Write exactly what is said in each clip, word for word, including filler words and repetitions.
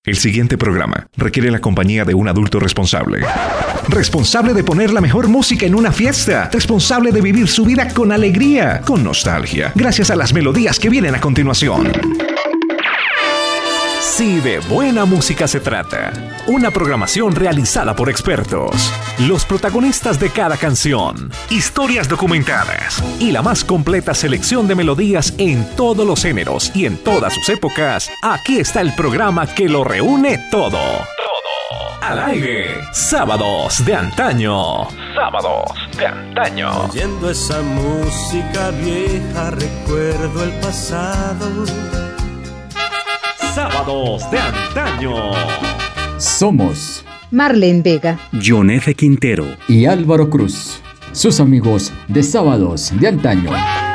El siguiente programa requiere la compañía de un adulto responsable. Responsable de poner la mejor música en una fiesta. Responsable de vivir su vida con alegría, con nostalgia, gracias a las melodías que vienen a continuación. Si de buena música se trata, una programación realizada por expertos, los protagonistas de cada canción, historias documentadas y la más completa selección de melodías en todos los géneros y en todas sus épocas, aquí está el programa que lo reúne todo. Todo. Al aire, Sábados de Antaño. Sábados de Antaño. Oyendo esa música vieja, recuerdo el pasado. Sábados de Antaño. Somos Marlene Vega, John F. Quintero y Álvaro Cruz, sus amigos de Sábados de Antaño.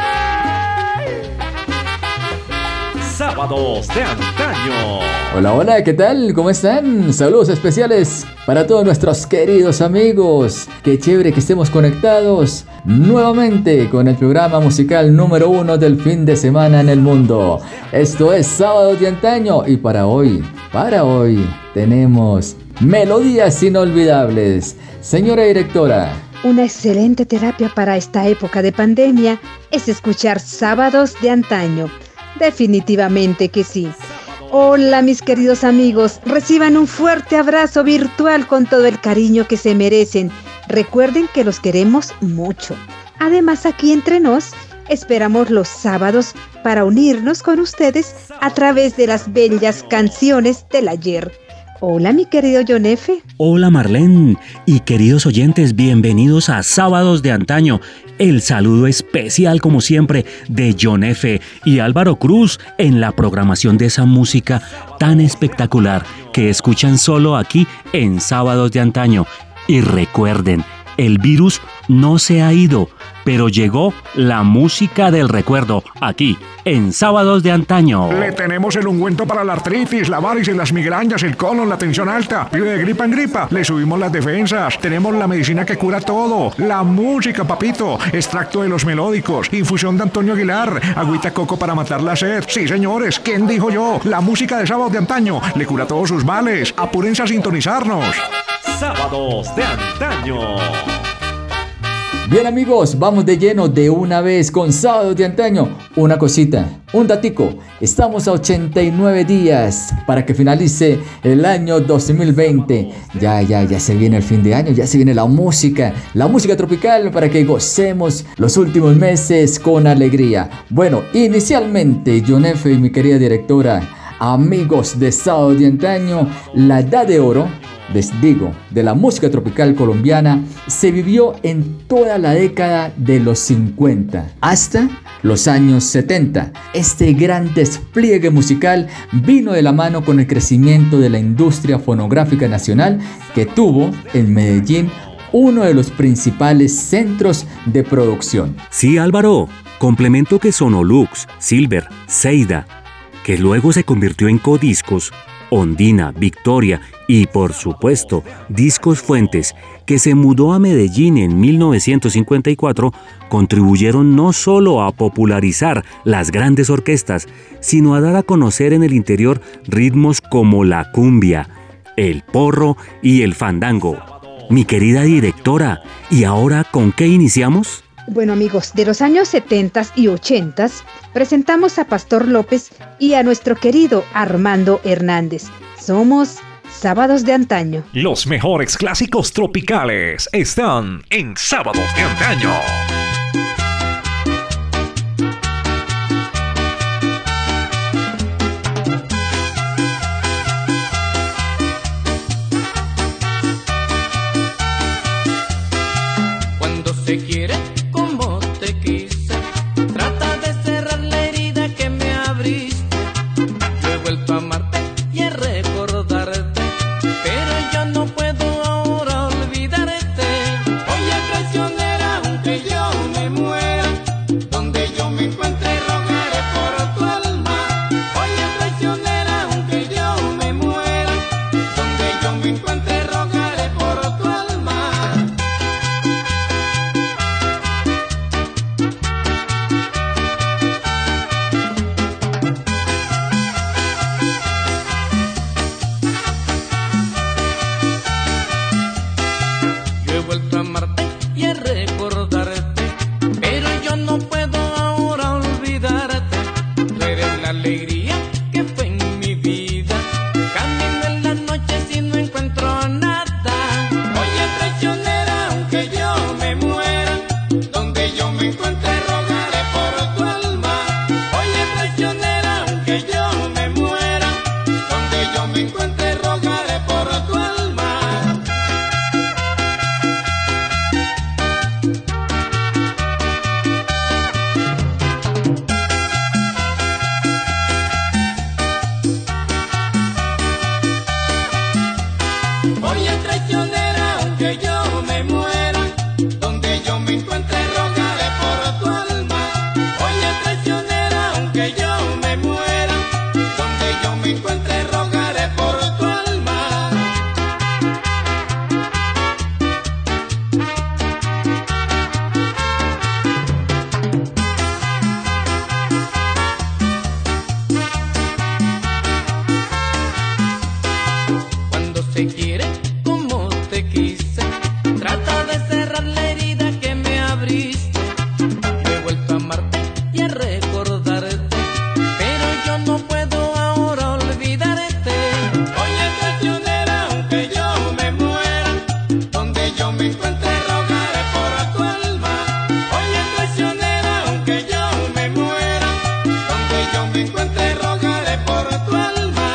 Sábados de Antaño. Hola, hola, ¿qué tal? ¿Cómo están? Saludos especiales para todos nuestros queridos amigos. Qué chévere que estemos conectados nuevamente con el programa musical número uno del fin de semana en el mundo. Esto es Sábados de Antaño y para hoy, para hoy tenemos melodías inolvidables. Señora directora, una excelente terapia para esta época de pandemia es escuchar Sábados de Antaño. Definitivamente que sí. Hola mis queridos amigos, reciban un fuerte abrazo virtual con todo el cariño que se merecen. Recuerden que los queremos mucho. Además, aquí entre nos, esperamos los sábados para unirnos con ustedes a través de las bellas canciones del ayer. Hola mi querido John F. Hola Marlene y queridos oyentes, bienvenidos a Sábados de Antaño. El saludo especial como siempre de John F. y Álvaro Cruz en la programación de esa música tan espectacular que escuchan solo aquí en Sábados de Antaño. Y recuerden, el virus no se ha ido, pero llegó la música del recuerdo aquí en Sábados de Antaño. Le tenemos el ungüento para la artritis, la varices, las migrañas, el colon, la tensión alta. Vive de gripa en gripa. Le subimos las defensas. Tenemos la medicina que cura todo. La música, papito. Extracto de los melódicos. Infusión de Antonio Aguilar. Agüita coco para matar la sed. Sí, señores. ¿Quién dijo yo? La música de Sábados de Antaño le cura todos sus males. Apúrense a sintonizarnos. Sábados de Antaño. Bien amigos, vamos de lleno de una vez con Sábados de Antaño. Una cosita, un datico, estamos a ochenta y nueve días para que finalice el año dos mil veinte. Ya, ya, ya se viene el fin de año, ya se viene la música, la música tropical para que gocemos los últimos meses con alegría. Bueno, inicialmente, John F. y mi querida directora, amigos de Sábados de Antaño, la edad de oro, les digo, de la música tropical colombiana se vivió en toda la década de los cincuenta hasta los años setenta. Este gran despliegue musical vino de la mano con el crecimiento de la industria fonográfica nacional que tuvo en Medellín uno de los principales centros de producción. Sí, Álvaro, complemento que Sonolux, Silver, Seida, que luego se convirtió en Codiscos, Ondina, Victoria y, por supuesto, Discos Fuentes, que se mudó a Medellín en mil novecientos cincuenta y cuatro, contribuyeron no solo a popularizar las grandes orquestas, sino a dar a conocer en el interior ritmos como la cumbia, el porro y el fandango. Mi querida directora, ¿y ahora con qué iniciamos? Bueno amigos, de los años setenta y ochenta presentamos a Pastor López y a nuestro querido Armando Hernández. Somos Sábados de Antaño. Los mejores clásicos tropicales están en Sábados de Antaño. Cuando se quiere como te quise, trata de cerrar la herida que me abriste. Yo he vuelto a amarte y a recordarte, pero yo no puedo ahora olvidarte. Oye, traicionera, aunque yo me muera. encuentre rogaré por tu alma. Oye, traicionera, aunque yo me muera, donde yo me encuentre rogaré por tu alma. Oye, traicionera, aunque yo me muera, donde yo me encuentre rogaré por tu alma. Cuando se quiere como te quise, trata de cerrar la herida que me abriste. Yo he vuelto a amarte y a recordarte, pero yo no puedo ahora olvidarte. Oye, traicionera, aunque yo me muera, donde yo me encuentre rogaré por tu alma. Oye, traicionera, aunque yo me muera, donde yo me encuentre rogaré por tu alma.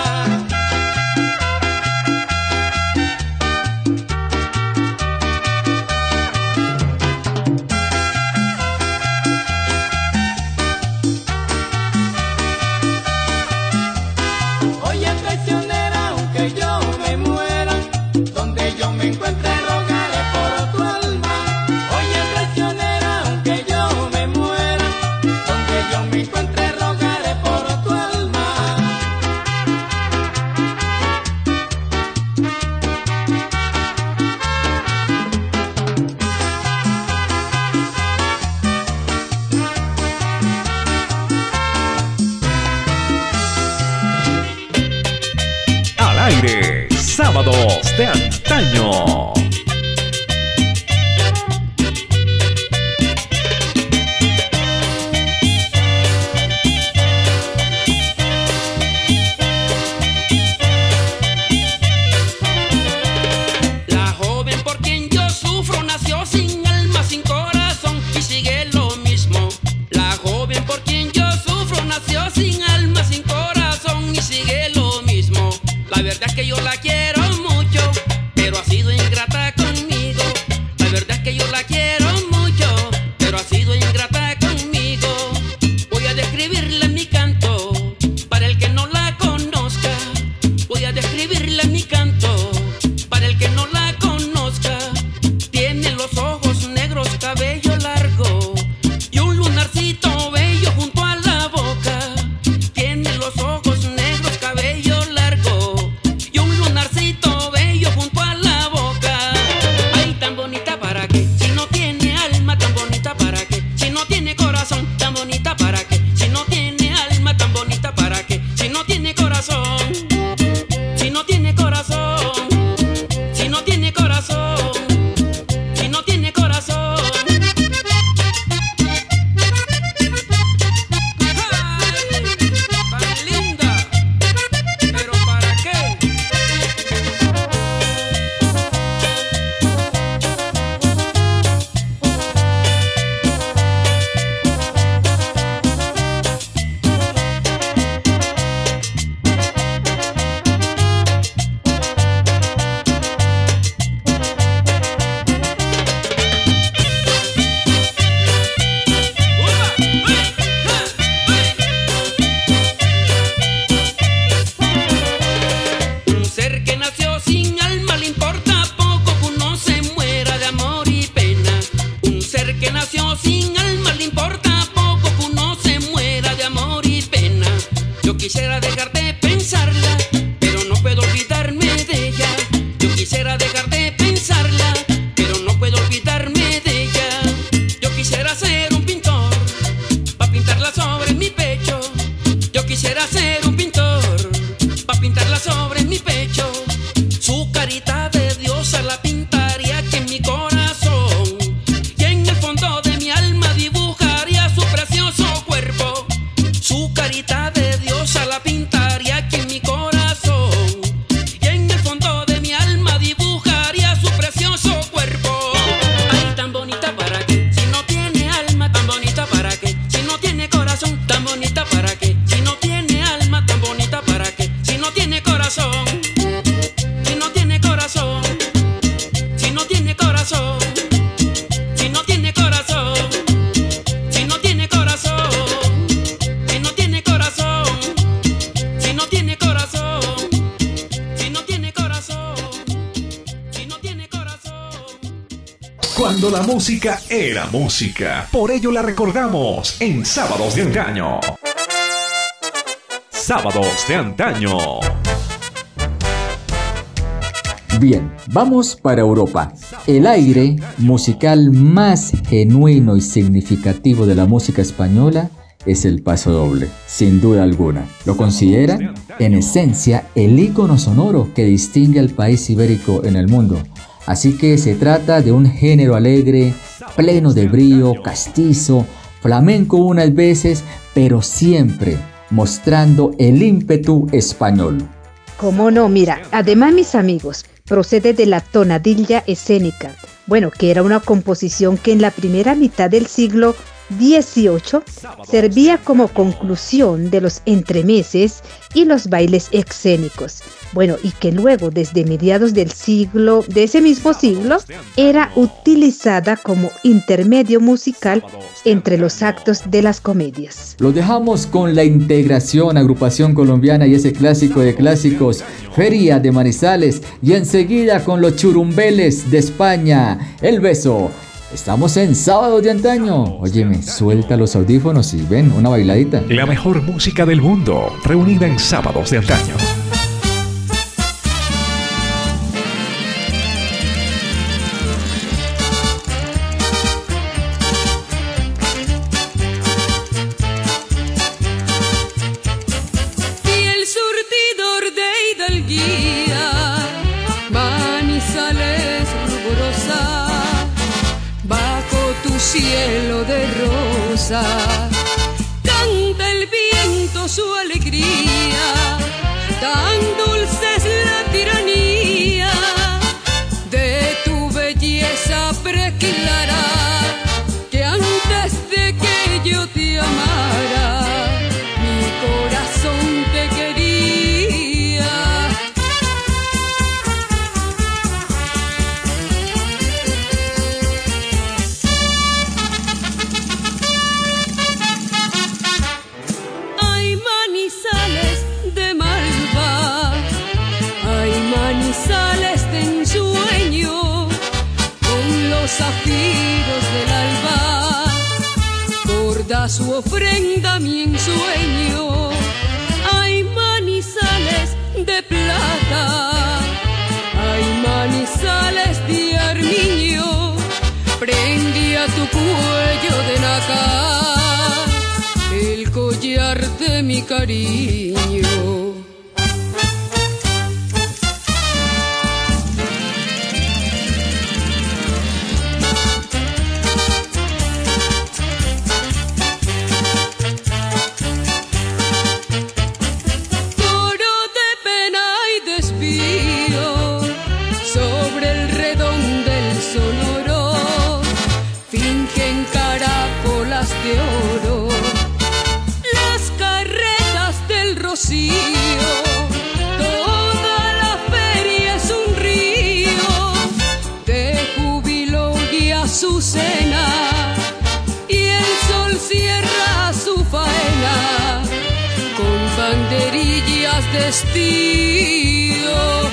Oye, traicionera, aunque yo me muera, donde yo me encuentre rogaré por tu alma. Oye, traicionera, aunque yo me muera, donde yo me encuentre rogaré por tu alma. Al aire, sábados de antaño. La joven por quien yo sufro nació sin alma, sin corazón y sigue lo mismo. La joven por quien yo sufro nació sin alma, sin corazón y sigue lo mismo. La verdad es que yo la quiero mucho, pero ha sido ingrata conmigo. La verdad es que yo la quiero mucho, pero ha sido ingrata conmigo. Voy a describirla en mi canto, para el que no la conozca. Voy a describirla en mi canto, para el que no la conozca. Tiene los ojos negros, cabello largo y un lunarcito bello junto a la boca. Tiene los ojos negros, cabello largo y un lunarcito bello junto a la boca. Ay, tan bonita para qué, si no tiene alma, tan bonita para qué, si no tiene corazón, tan bonita para qué, si no tiene alma, tan bonita para qué, si no tiene corazón, si no tiene corazón. Cuando la música era música. Por ello la recordamos en Sábados de Antaño. Sábados de Antaño. Bien, vamos para Europa. El aire musical más genuino y significativo de la música española es el paso doble, sin duda alguna. Lo consideran, en esencia, el ícono sonoro que distingue al país ibérico en el mundo. Así que se trata de un género alegre, pleno de brío, castizo, flamenco unas veces, pero siempre mostrando el ímpetu español. ¿Cómo no? Mira, además, mis amigos, procede de la tonadilla escénica. Bueno, que era una composición que en la primera mitad del siglo dieciocho servía como conclusión de los entremeses y los bailes escénicos. Bueno, y que luego, desde mediados del siglo, de ese mismo siglo, era utilizada como intermedio musical entre los actos de las comedias. Lo dejamos con la integración, agrupación colombiana y ese clásico de clásicos, Feria de Manizales, y enseguida con los churumbeles de España, El Beso. Estamos en Sábado de Antaño. Óyeme, suelta los audífonos y ven, una bailadita. La mejor música del mundo, reunida en Sábados de Antaño. Cielo de rosa, canta el viento su alegría, tan dulce es la tiranía de tu belleza preclara, que antes de que yo te amara, mi corazón te quería. Zafiros del alba, borda su ofrenda a mi ensueño. Hay manizales de plata, hay manizales de armiño, prendí a tu cuello de nácar el collar de mi cariño. De oro, las carretas del rocío, toda la feria es un río de júbilo y azucena, y el sol cierra su faena con banderillas de estío.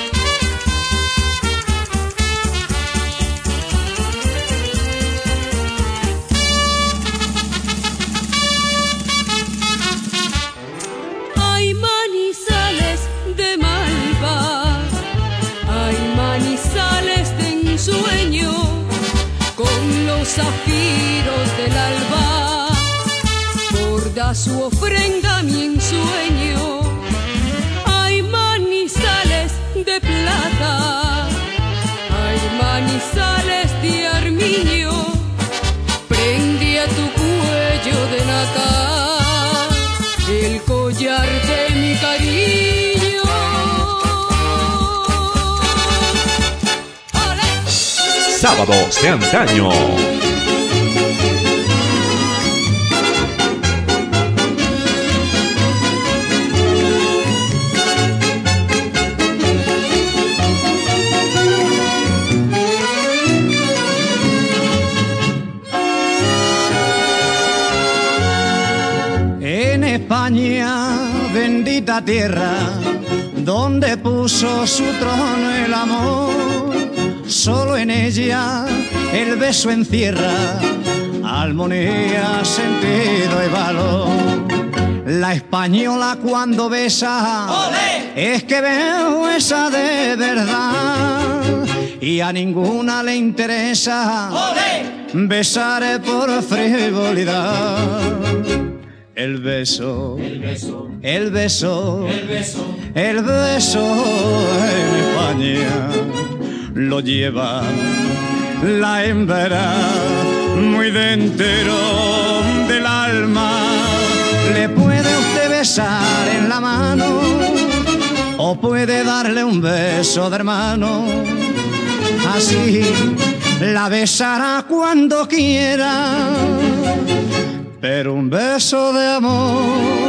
Zafiros del alba, borda su ofrenda a mi ensueño. Hay manizales de plata, hay manizales de armiño, prendí a tu cuello de nácar el collar de mi cariño. Sábados de Antaño. En España, bendita tierra, donde puso su trono el amor, solo en ella el beso encierra armonía, sentido y valor. La española cuando besa, ¡olé!, es que besa de verdad y a ninguna le interesa, ¡olé!, besar por frivolidad. El beso, el beso, el beso, el beso, el beso en España lo lleva la hembra muy dentro del alma. Le puede usted besar en la mano o puede darle un beso de hermano. Así la besará cuando quiera, pero un beso de amor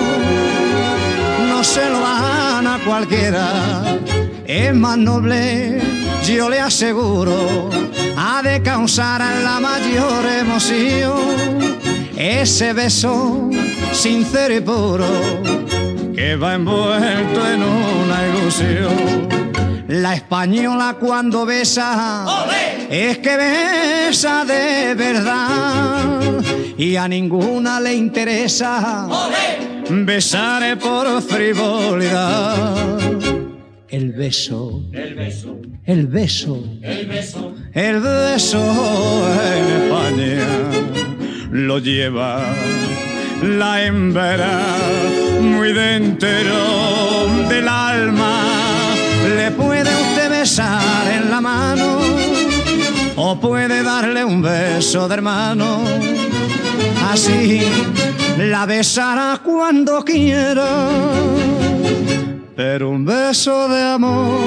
no se lo dan a cualquiera. Es más noble, yo le aseguro, ha de causar la mayor emoción ese beso sincero y puro que va envuelto en una ilusión. La española cuando besa, ¡olé!, es que besa de verdad y a ninguna le interesa, ¡olé!, besar por frivolidad. El beso, el beso, el beso, el beso, el beso en España lo lleva la hembra muy dentro del alma. Le puede usted besar en la mano o puede darle un beso de hermano. Así la besará cuando quiera, pero un beso de amor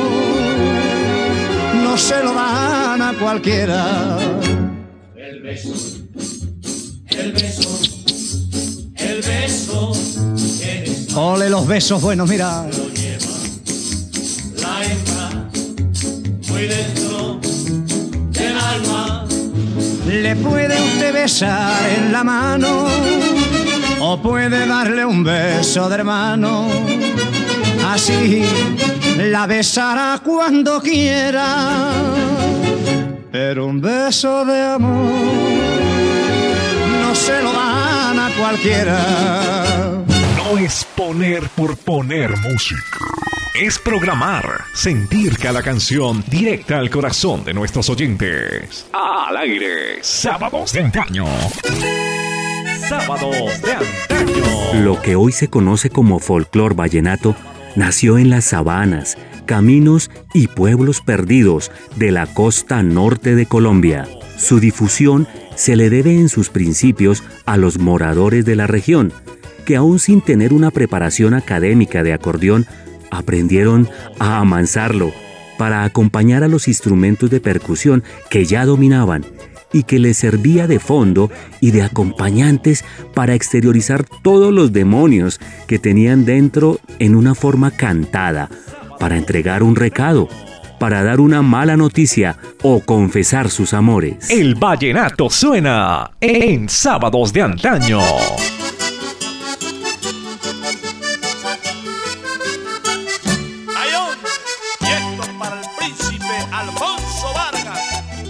no se lo dan a cualquiera. El beso, el beso, el beso. Ole los besos buenos, mira. Lo lleva la hembra muy dentro del alma. Le puede usted besar en la mano o puede darle un beso de hermano. Así la besará cuando quiera, pero un beso de amor no se lo dan a cualquiera. No es poner por poner música. Es programar, sentir cada canción directa al corazón de nuestros oyentes. Al aire, Sábados de Antaño. Sábados de Antaño. Lo que hoy se conoce como folclor vallenato nació en las sabanas, caminos y pueblos perdidos de la costa norte de Colombia. Su difusión se le debe en sus principios a los moradores de la región, que aún sin tener una preparación académica de acordeón, aprendieron a amansarlo para acompañar a los instrumentos de percusión que ya dominaban y que les servía de fondo y de acompañantes para exteriorizar todos los demonios que tenían dentro en una forma cantada, para entregar un recado, para dar una mala noticia o confesar sus amores. El vallenato suena en Sábados de Antaño. Ayón, y esto para el príncipe Alfonso Vargas.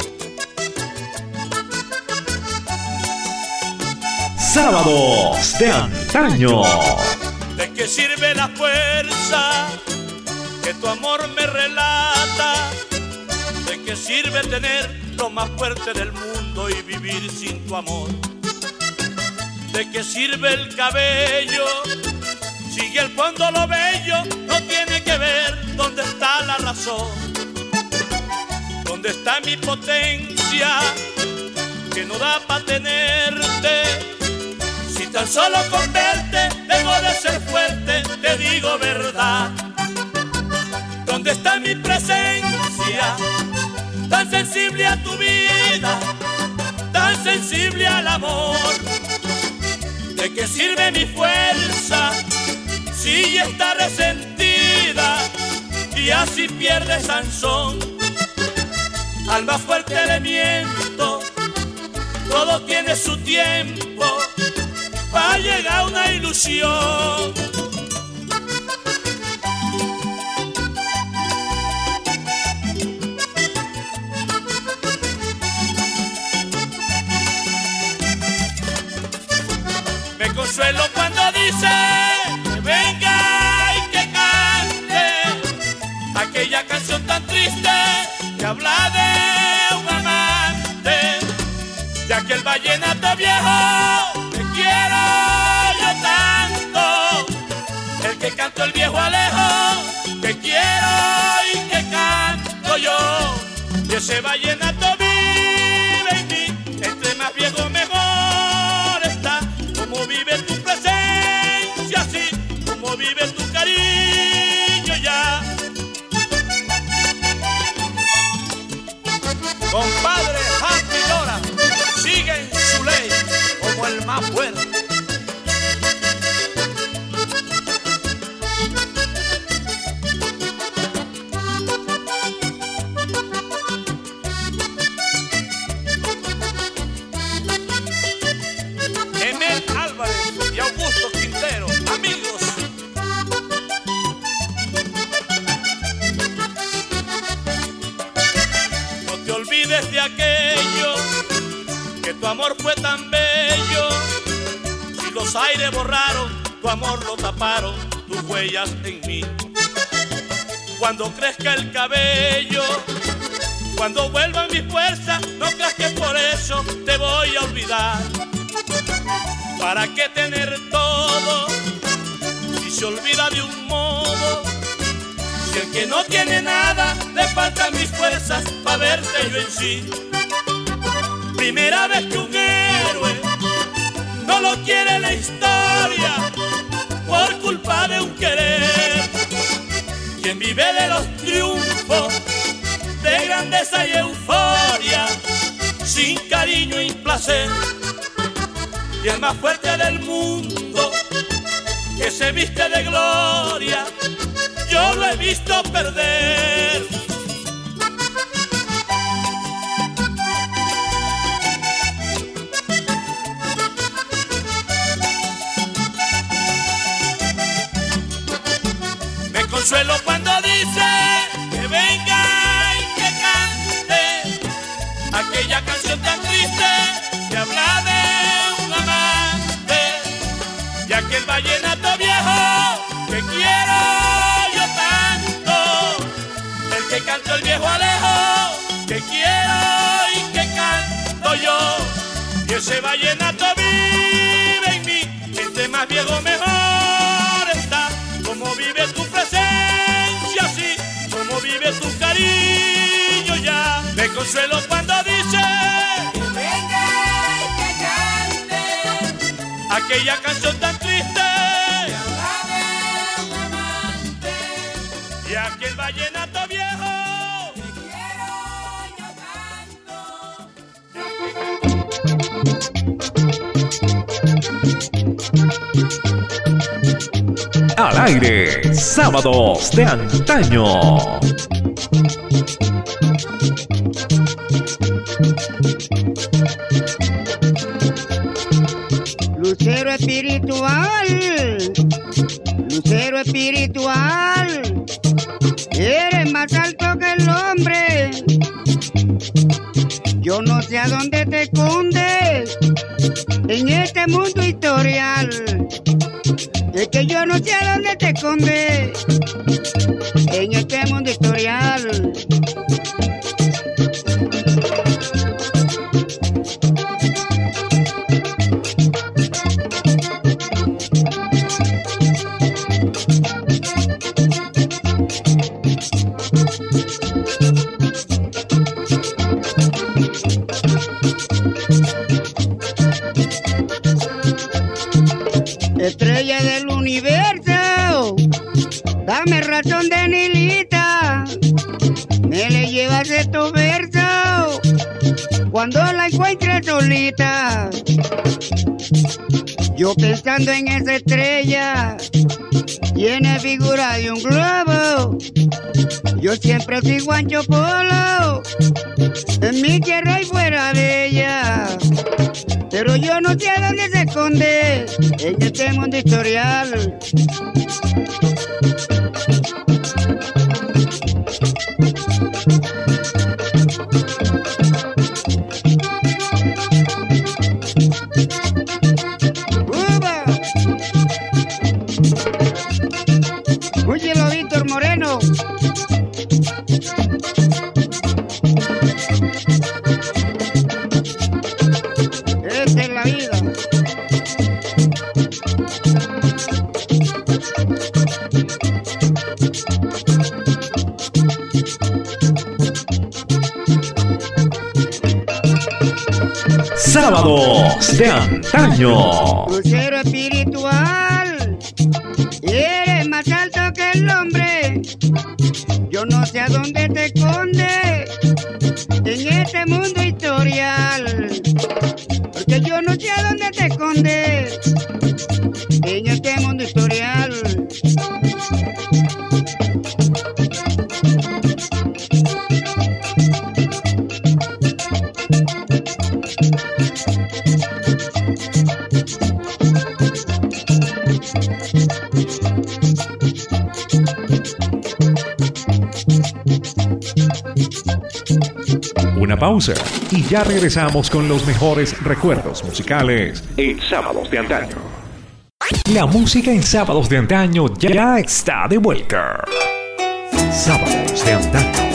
Sábados de Antaño. ¿De qué sirve la fuerza que tu amor me relata? ¿De qué sirve tener lo más fuerte del mundo y vivir sin tu amor? ¿De qué sirve el cabello si el fondo lo bello no tiene que ver dónde está la razón? ¿Dónde está mi potencia que no da para tenerte? Si tan solo con verte debo de ser fuerte, te digo verdad. ¿Dónde está mi presencia tan sensible a tu vida, tan sensible al amor? ¿De qué sirve mi fuerza si está resentida y así pierde Sansón? Al más fuerte le miento, todo tiene su tiempo, va a llegar una ilusión. consuelo cuando dice que venga y que cante aquella canción tan triste que habla de un amante, de aquel vallenato viejo que quiero yo tanto, el que cantó el viejo Alejo, que quiero y que canto yo, y ese vallenato vive en mí, entre más viejo mejor está, como vive tu presencia, así como vive tu cariño ya. Compadre Happy Lora sigue en su ley como el más fuerte. Emel Álvarez y Augusto Quintero, amigos. No te olvides de aquello, que tu amor fue tan bello. Si los aires borraron, tu amor lo taparon, tus huellas en mí. Cuando crezca el cabello, cuando vuelvan mis fuerzas, no creas que por eso te voy a olvidar. ¿Para qué tener todo si se olvida de un modo? Si el que no tiene nada le faltan mis fuerzas para verte yo en sí. Primera vez que un héroe no lo quiere la historia por culpa de un querer. Quien vive de los triunfos, de grandeza y euforia, sin cariño y placer. Y el más fuerte del mundo, que se viste de gloria, yo lo he visto perder. Me consuelo cuando dice que venga y que cante aquella canción tan triste que habla de un amante, y aquel vallenato viejo que quiero yo tanto, el que cantó el viejo Alejo, que quiero y que canto yo, y ese vallenato vive en mí, entre más viejo mejor está, como vive tu presencia, así como vive tu cariño ya. Me consuelo cuando dice que venga y que cante aquella canción tan triste que habla de un amante, y aquel vallenato viejo que quiero yo tanto. Al aire, sábados de antaño. Lucero espiritual, lucero espiritual, eres más alto que el hombre. Yo no sé a dónde te escondes en este mundo historial. Es que yo no sé a dónde te escondes en este mundo historial. Estrella del universo, dame razón de Nilita, me le llevas de tu verso cuando la encuentres solita. Yo pensando en esa estrella, tiene figura de un globo. Yo siempre sigo Ancho Polo, en mi tierra y fuera de ella. Pero yo no sé a dónde se esconde en este mundo historial. ¡Uba! Sábados de antaño. Crucero espiritual, y eres más alto que el hombre. Yo no sé a dónde te escondes en este mundo historial, porque yo no sé a dónde te escondes en este mundo historial. Una pausa y ya regresamos con los mejores recuerdos musicales en Sábados de Antaño. La música en Sábados de Antaño ya está de vuelta. Sábados de Antaño.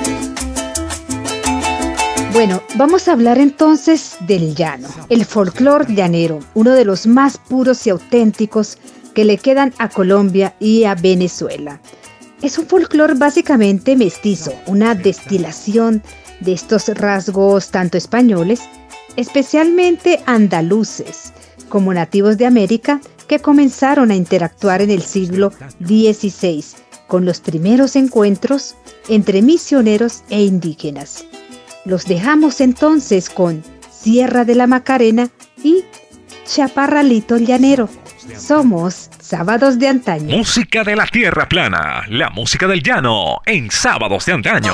Bueno, vamos a hablar entonces del llano, el folclor llanero, uno de los más puros y auténticos que le quedan a Colombia y a Venezuela. Es un folclor básicamente mestizo, una destilación de estos rasgos tanto españoles, especialmente andaluces, como nativos de América que comenzaron a interactuar en el siglo dieciséis con los primeros encuentros entre misioneros e indígenas. Los dejamos entonces con Sierra de la Macarena y Chaparralito Llanero. Somos Sábados de Antaño. Música de la tierra plana, la música del llano en Sábados de Antaño.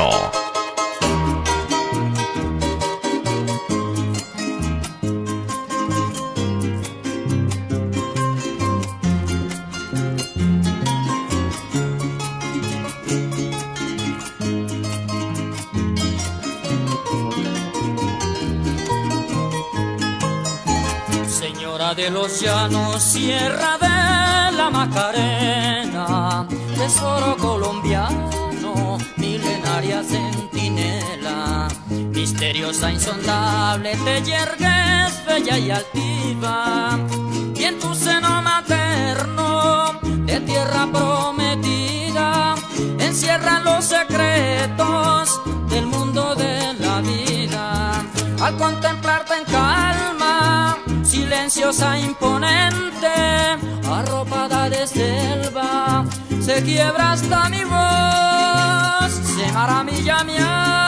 De los llanos, Sierra de la Macarena, tesoro colombiano, milenaria centinela, misteriosa, insondable, te yergues, bella y altiva, y en tu seno materno, de tierra prometida, encierran los secretos del mundo de la vida. Al contemplarte en calma, silenciosa, imponente, arropada de selva, se quiebra hasta mi voz, se maravilla mi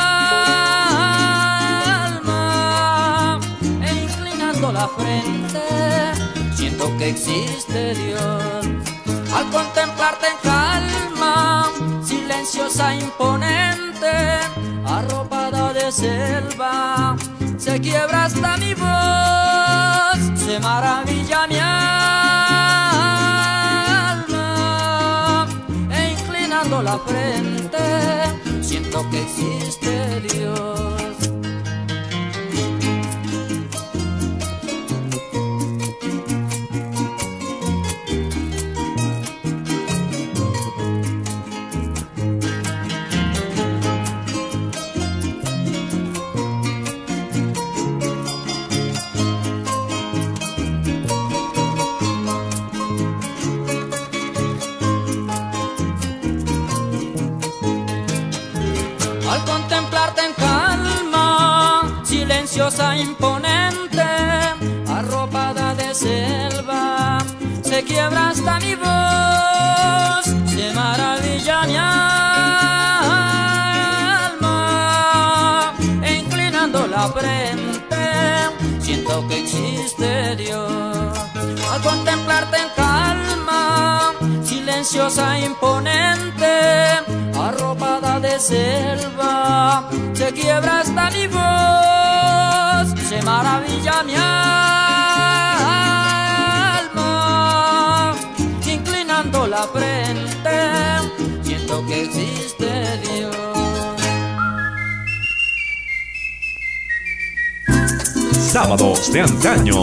alma, e inclinando la frente, siento que existe Dios. Al contemplarte en calma, silenciosa, imponente, arropada de selva, se quiebra hasta mi voz, se maravilla mi alma, e inclinando la frente, siento que existe Dios. Al contemplarte en calma, silenciosa, imponente, arropada de selva, se quiebra hasta mi voz, se maravilla mi alma, e inclinando la frente, siento que existe Dios. Al contemplarte en calma, silenciosa, imponente, arropada de selva, se quiebra hasta mi voz, se maravilla mi alma, inclinando la frente, siento que existe Dios. Sábados de Antaño.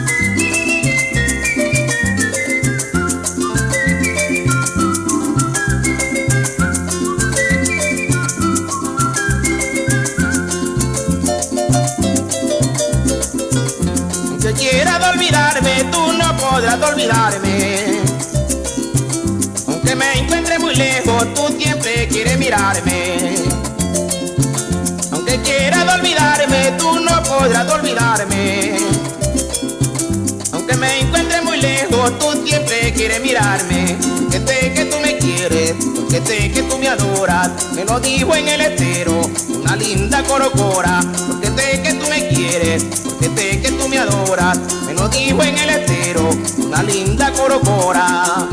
Aunque quieras olvidarme, tú no podrás olvidarme. Aunque me encuentre muy muy lejos, tú siempre quieres mirarme. Aunque quieras olvidarme, tú no podrás olvidarme. Aunque me encuentre muy lejos, tú siempre quieres mirarme. Porque sé que tú me quieres, porque sé que tú me adoras. Me lo dijo en el estero una linda corocora. Porque sé que tú me quieres, porque sé que tú me adoras. Me lo dijo en el estero una linda corocora.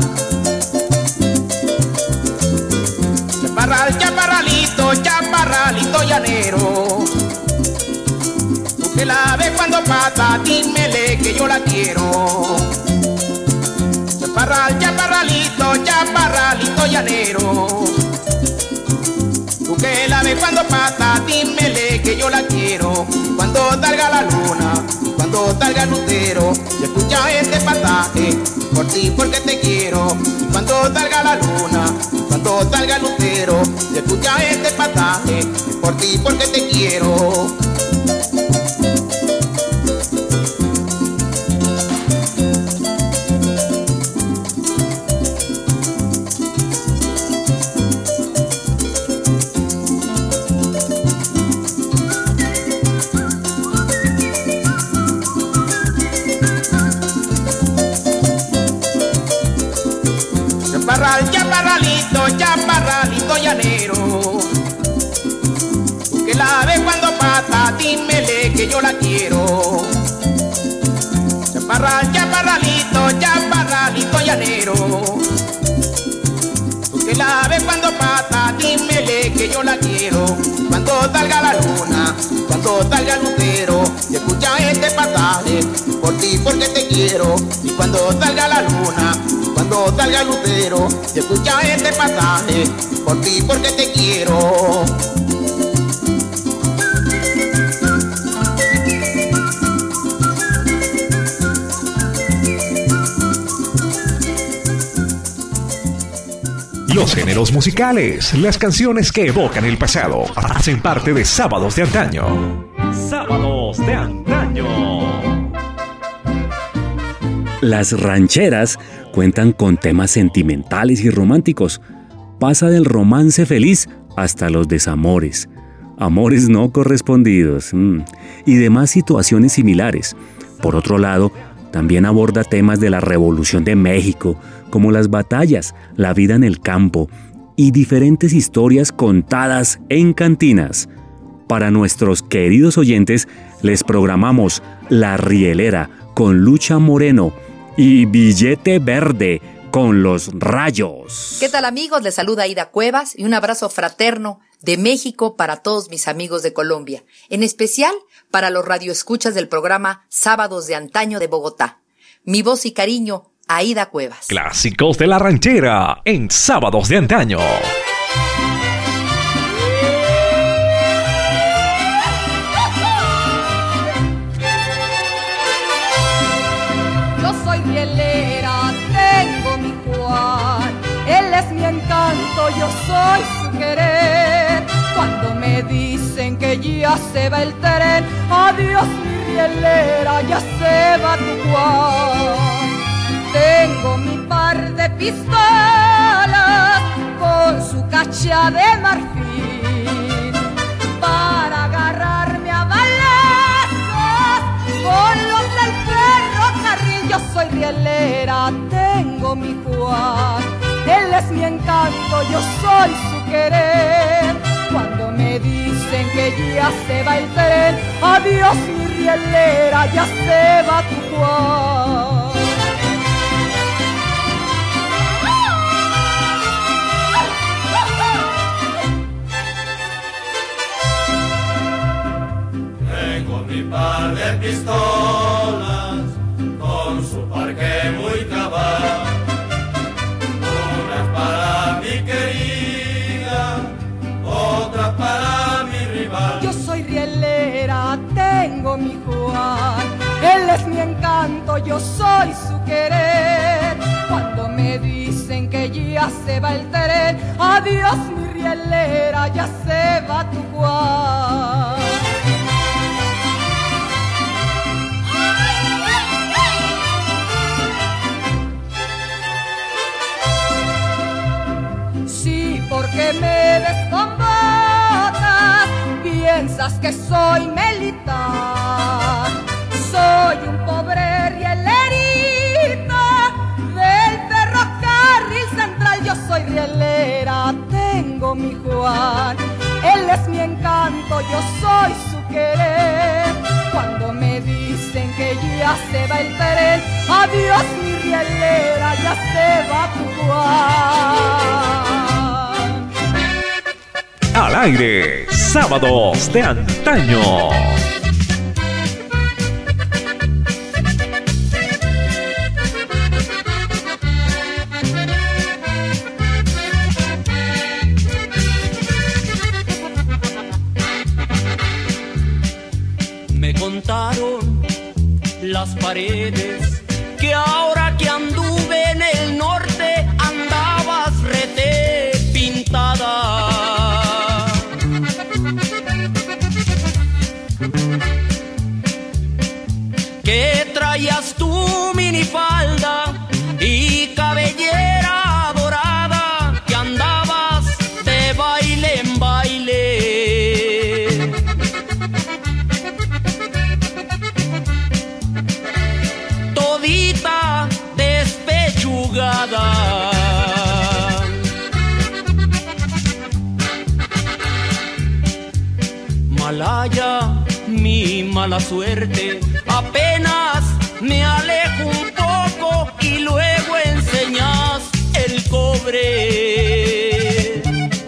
Chaparral, chaparralito, chaparralito llanero. Tú que la ves cuando pasa, dímele que yo la quiero. Chaparral, chaparralito, chaparralito llanero. Tú que la ves cuando pasa, dímele que yo la quiero. Cuando salga la luna, cuando salga el lucero, y escucha este pasaje, por ti porque te quiero. Cuando salga la luna, cuando salga el lucero, y escucha este pasaje, por ti porque te quiero. Chaparral, chaparralito, chaparralito llanero. Tú que la ves cuando pasa, dímele que yo la quiero. Chaparral, chaparralito, chaparralito llanero. Tú que la ves cuando pasa, dímele que yo la quiero. Cuando salga la luna, cuando salga el lucero, y escucha este pasaje, por ti porque te quiero. Y cuando salga la luna, cuando salga el lucero, y escucha este pasaje, por ti porque te quiero. Los géneros musicales, las canciones que evocan el pasado, hacen parte de Sábados de Antaño. Sábados de Antaño. Las rancheras cuentan con temas sentimentales y románticos. Pasa del romance feliz hasta los desamores, amores no correspondidos mmm, y demás situaciones similares. Por otro lado, también aborda temas de la Revolución de México, como las batallas, la vida en el campo y diferentes historias contadas en cantinas. Para nuestros queridos oyentes, les programamos La Rielera con Lucha Moreno y Billete Verde con Los Rayos. ¿Qué tal, amigos? Les saluda Aida Cuevas y un abrazo fraterno de México para todos mis amigos de Colombia, en especial para los radioescuchas del programa Sábados de Antaño de Bogotá. Mi voz y cariño, Aida Cuevas. Clásicos de la ranchera en Sábados de Antaño. Yo soy rielera, tengo mi Juan, él es mi encanto, yo soy su querer. Cuando me dicen que ya se va el tren, adiós mi rielera, ya se va tu Juan. Tengo mi par de pistolas con su cacha de marfil para agarrarme a balazos con los del ferrocarril. Yo soy rielera, tengo mi Juan, él es mi encanto, yo soy su querer. Cuando me dicen que ya se va el tren, adiós mi rielera, ya se va tu Juan. Tengo mi par de pistolas con su parque muy cabal, unas para mi querida, otras para mi rival. Yo soy rielera, tengo mi Juan, él es mi encanto, yo soy su querer. Cuando me dicen que ya se va el tren, adiós mi rielera, ya se va tu Juan. piensas que soy militar. Soy un pobre rielerito del ferrocarril central. Yo soy rielera, tengo mi Juan. Él es mi encanto, yo soy su querer. Cuando me dicen que ya se va el tren, adiós mi rielera, ya se va tu Juan. Al aire, Sábados de Antaño. Me contaron las paredes que ahora que anduve en el norte andabas rete pintada. Que traías tu minifalda y cabellera dorada, que andabas de baile en baile. Todita despechugada. Malaya, mi mala suerte, apenas me alejo un poco y luego enseñas el cobre.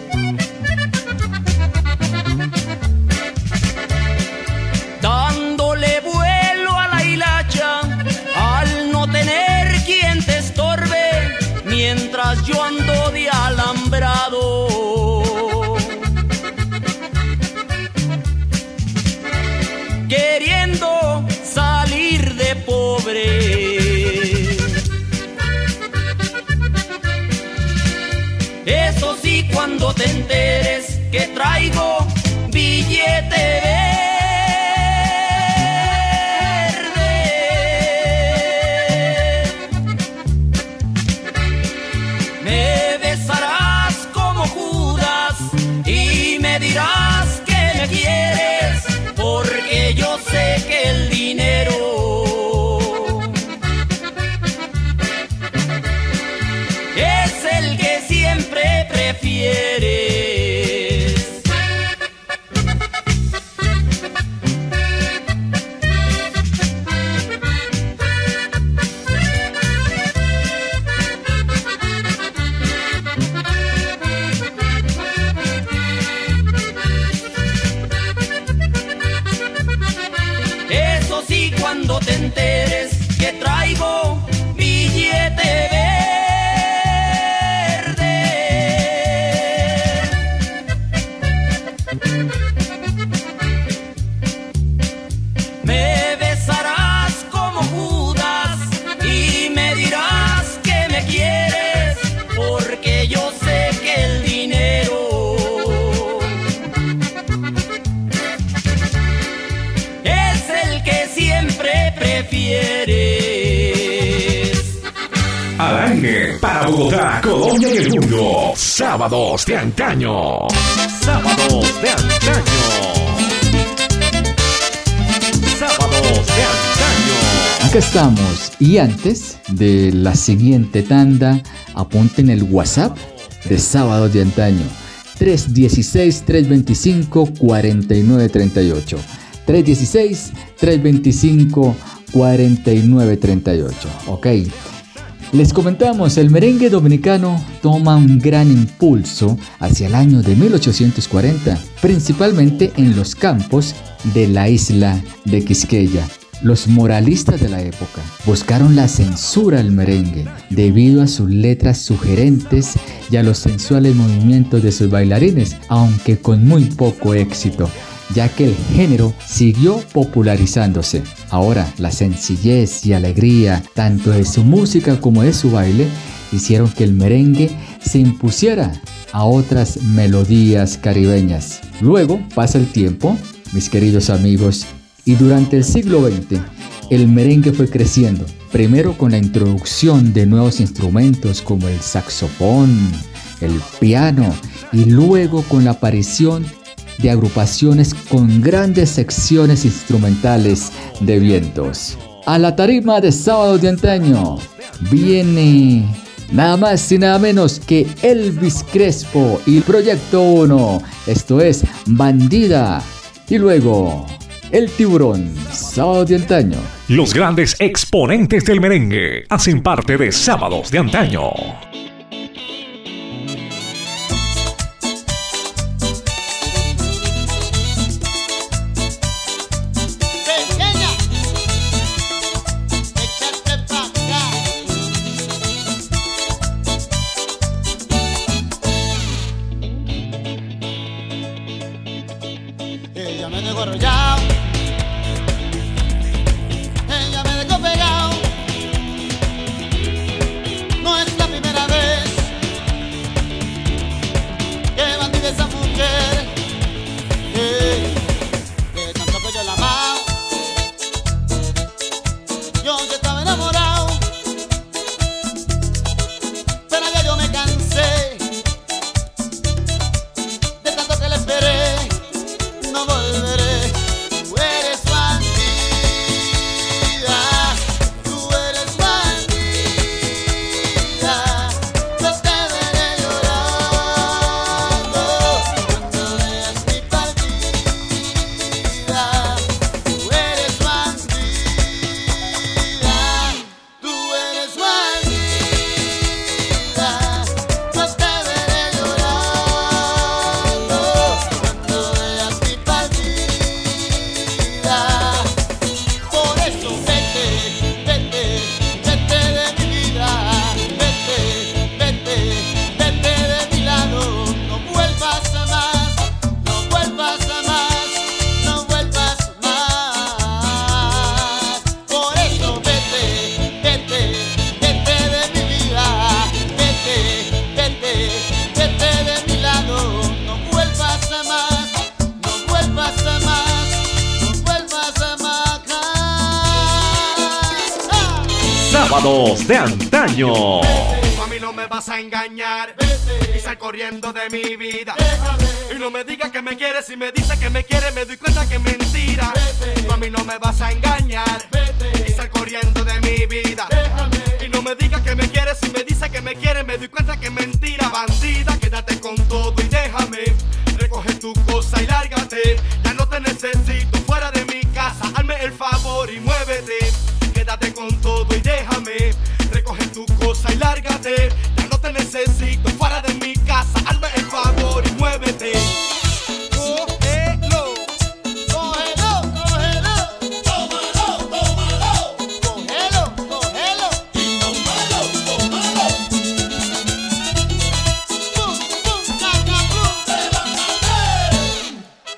Dándole vuelo a la hilacha al no tener quien te estorbe mientras yo ando de alambrado. Queriendo salir de pobre. Eso sí, cuando te enteres que traigo billete verde, me besarás como Judas y me dirás que me quieres, porque yo sé que el dinero es el que siempre prefieres. Eso sí, cuando te enteres que traigo billete verde, me besarás como Judas y me dirás que me quieres, porque yo sé que el dinero es el que siempre prefieres. Al aire, para Bogotá, Colombia y el mundo. Sábados de Antaño. Sábados de Antaño. Sábados de Antaño. Acá estamos. Y antes de la siguiente tanda, apunten el WhatsApp de Sábados de Antaño. tres uno seis, tres dos cinco, cuatro nueve tres ocho. tres uno seis, tres dos cinco, cuatro nueve tres ocho. Ok. Les comentamos, el merengue dominicano toma un gran impulso hacia el año de mil ochocientos cuarenta, principalmente en los campos de la isla de Quisqueya. Los moralistas de la época buscaron la censura al merengue debido a sus letras sugerentes y a los sensuales movimientos de sus bailarines, aunque con muy poco éxito, ya que el género siguió popularizándose. Ahora, la sencillez y alegría, tanto de su música como de su baile, hicieron que el merengue se impusiera a otras melodías caribeñas. Luego pasa el tiempo, mis queridos amigos, y durante el siglo veinte, el merengue fue creciendo, primero con la introducción de nuevos instrumentos como el saxofón, el piano, y luego con la aparición de agrupaciones con grandes secciones instrumentales de vientos. A la tarima de Sábados de Antaño viene nada más y nada menos que Elvis Crespo y Proyecto uno. Esto es Bandida. Y luego El Tiburón, Sábados de Antaño. Los grandes exponentes del merengue hacen parte de Sábados de Antaño. Sábados de Antaño. Tú a mí no me vas a engañar y sal corriendo de mi vida. Y no me digas que me quieres, si me dices que me quieres me doy cuenta que es mentira. Tú a mí no me vas a engañar y sal corriendo de mi vida. Y no me digas que me quieres, si me dices que me quieres me doy cuenta que es mentira. Bandida, quédate con todo y déjame. Recoge tu cosa y lárgate. Ya no te necesito fuera de mi casa. Hazme el favor y muévete. Quédate con todo y déjame. Recoge tu cosa y lárgate. Ya no te necesito fuera de mi casa. Hazme el favor y muévete. Cógelo, cógelo, cógelo. Tómalo, tómalo. Cógelo, cógelo. Y tómalo, tómalo. Pum, pum, caca, pum. Levántate.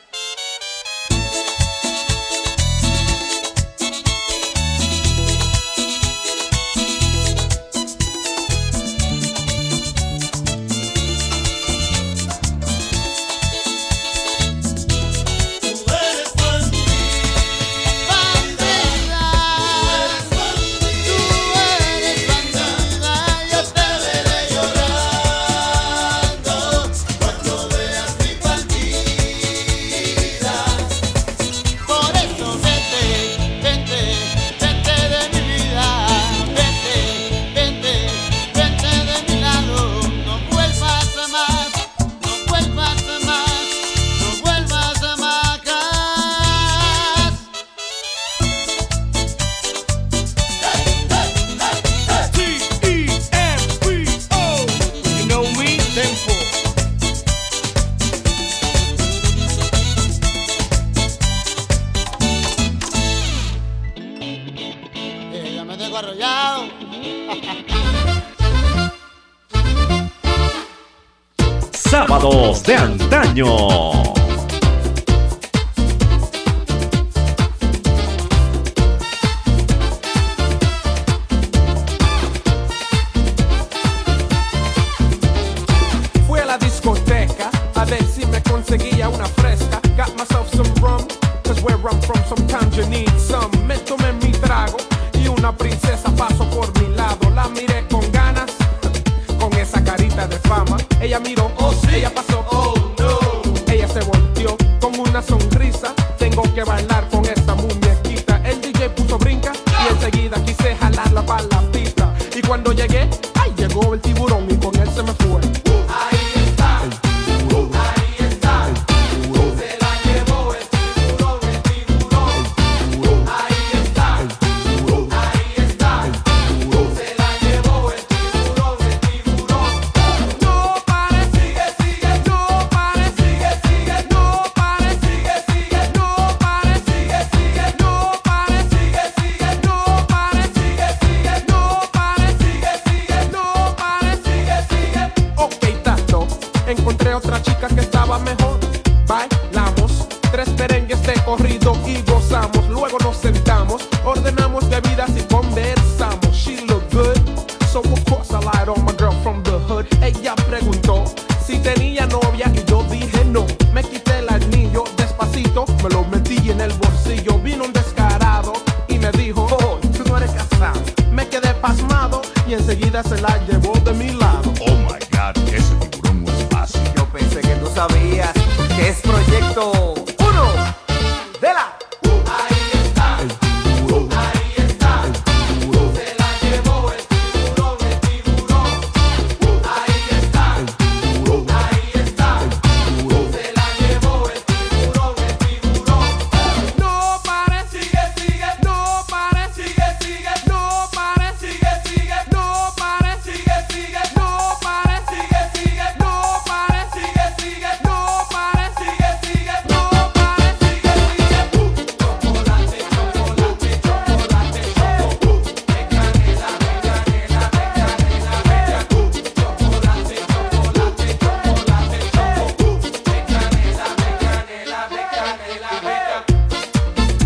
Sábados de Antaño. Fui a la discoteca a ver si me conseguía una fresca. Got myself some rum, cause where I'm from sometimes you need some. Me tomé mi trago y una princesa pasó por mi lado. La miré con ganas, con esa carita de fama. Ella miró, oh sí, ella pasó, oh no. Ella se volteó con una sonrisa. Tengo que bailar con esta muñequita. El D J puso brinca y enseguida quise jalarla para la pista. Y cuando llegué, ay, llegó el tiburón y con él se me fue. Ahí está, el tiburón. Ahí está, el tiburón. Se la llevó el tiburón, el tiburón. El tiburón. Ahí está, el tiburón. Ahí está, el tiburón. Se la llevó el tiburón, el tiburón. No pare, sigue, sigue, no pare, sigue, sigue, no pare, sigue, sigue, no pare, sigue, sigue, no pare, sigue, sigue, no pare, sigue, sigue, no pare, sigue, sigue, no pare, sigue, sigue. Ok, tato, encontré otra chica que estaba mejor. Bailamos tres merengues de corrido y gozamos. Luego nos sentamos, ordenamos bebidas y conversamos. She looked good, so of course I lied on my girl from the hood. Ella preguntó si tenía novia y yo dije no. Me quité el anillo despacito, me lo metí en el bolsillo. Vino un descarado y me dijo, oh, tú no eres casado. Me quedé pasmado y enseguida se la llevó de mi lado. Oh my God, ese tiburón no es fácil. Yo pensé que tú sabías que es proyecto uno de la. Ahí está, el tiburón. Ahí está, el tiburón. Se la llevó el tiburón, el tiburón. Ahí está, el tiburón. Ahí está, el tiburón. Se la llevó el tiburón, el tiburón. No pare, sigue, sigue, no pare, sigue, sigue, no pare, sigue, sigue, no pare, sigue, sigue, no pare, sigue, sigue, no pare, sigue, sigue, no pare, sigue, sigue, no pare, sigue, sigue. Chocolate, chocolate, chocolate, choco. De canela, de canela, de canela, bella. Chocolate, chocolate, chocolate, choco. De canela, de canela, de canela, bella.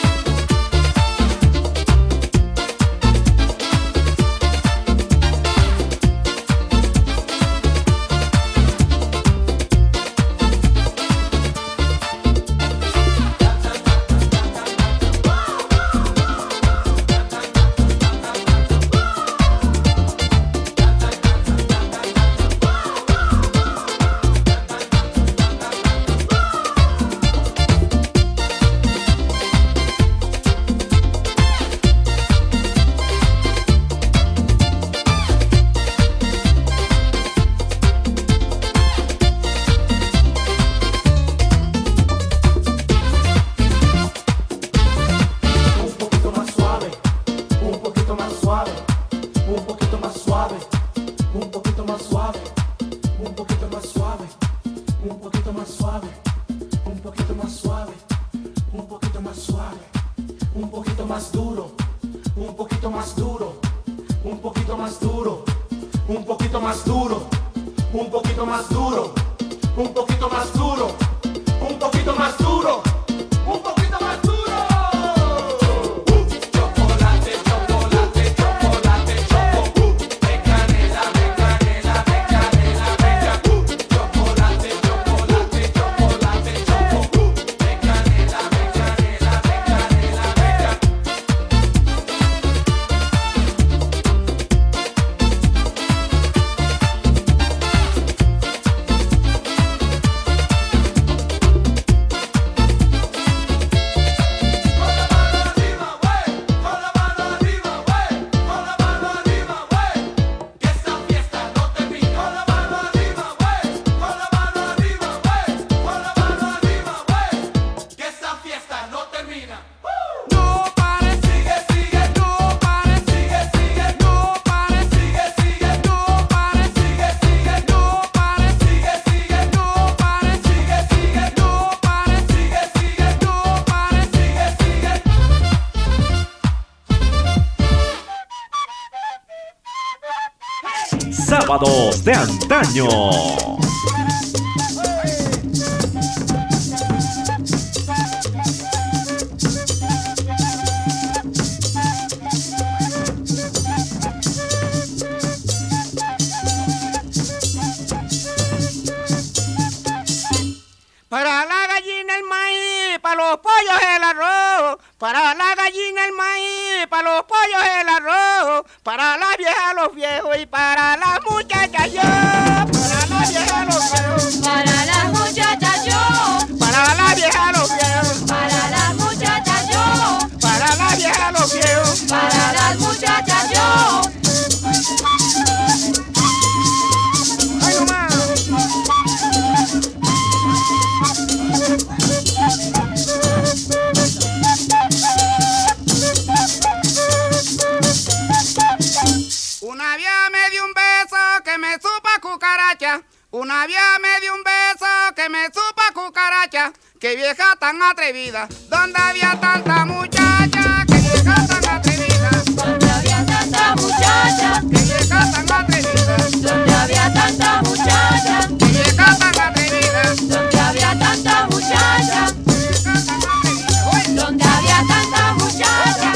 Un poquito más suave, un poquito más suave, un poquito más suave, un poquito más suave, un poquito más suave, un poquito más suave, un poquito más suave, un poquito más suave, un poquito más duro, un poquito más duro, un poquito más duro, un poquito más duro, un poquito más duro, un poquito más duro, un poquito más duro, un poquito más duro. Chocolate, chocolate, chocolate, choco. De canela, de canela, de canela, bella. Chocolate, chocolate, chocolate, choco. De canela, de canela, de canela, bella. Sábados de antaño. Para la gallina el maíz, para los pollos el arroz. Para la gallina el maíz, para los pollos el arroz. Para la vieja los viejos y para las muchachas yo. Para la vieja los viejos. Para las muchachas yo. Para la había me dio un beso que me supo a cucaracha. Qué vieja tan atrevida, donde había tanta muchacha. Qué vieja tan atrevida, donde había tanta muchacha. Qué vieja tan atrevida, donde había tanta muchacha. Qué vieja tan atrevida, donde había tanta muchacha. Donde había tanta muchacha.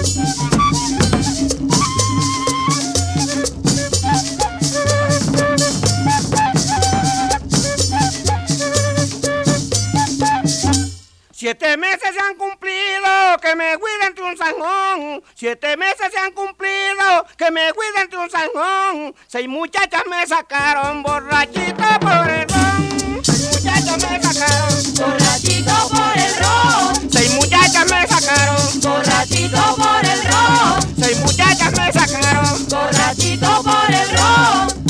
Siete meses se han cumplido, que me cuide entre un zanjón. Siete meses se han cumplido, que me cuide entre un zanjón. Seis muchachas me sacaron borrachito por el ron. Seis muchachas me sacaron borrachito por el ron. Seis muchachas me sacaron borrachito por el ron. Seis muchachas me sacaron borrachito por el ron.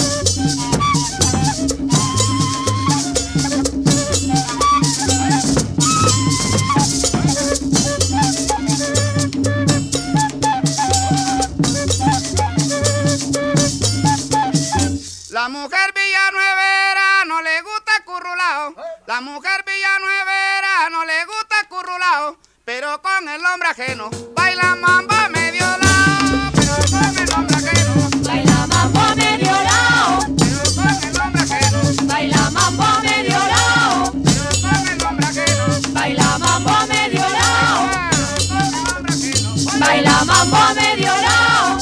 La mujer villanuevera no le gusta currulao. La mujer villanuevera no le gusta currulao. Pero con el hombre ajeno baila mambo a medio lado. Pero con el hombre ajeno baila mambo a medio lado. Pero con el hombre ajeno baila mambo a medio lado. Pero con el hombre ajeno baila mambo a medio lado. Pero con el hombre ajeno baila mambo a medio lado.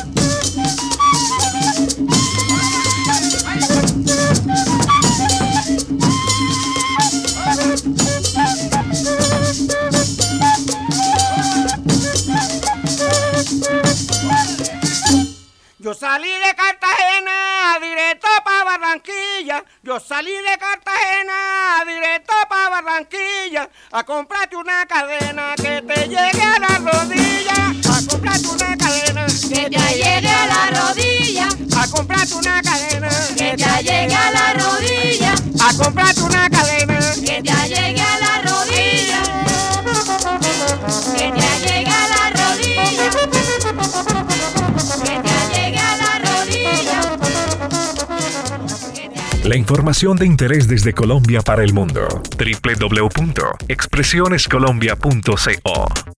Yo salí de Cartagena directo pa' Barranquilla. Yo salí de Cartagena directo pa' Barranquilla a comprarte una cadena que te llegue a la rodilla. A comprarte una cadena que te llegue a la rodilla. A comprarte una cadena que te llegue a la rodilla. A comprarte una cadena que te llegue a la rodilla. Que te llegue a la rodilla. Que te llegue a la rodilla. La información de interés desde Colombia para el mundo. doble u doble u doble u punto expresiones colombia punto co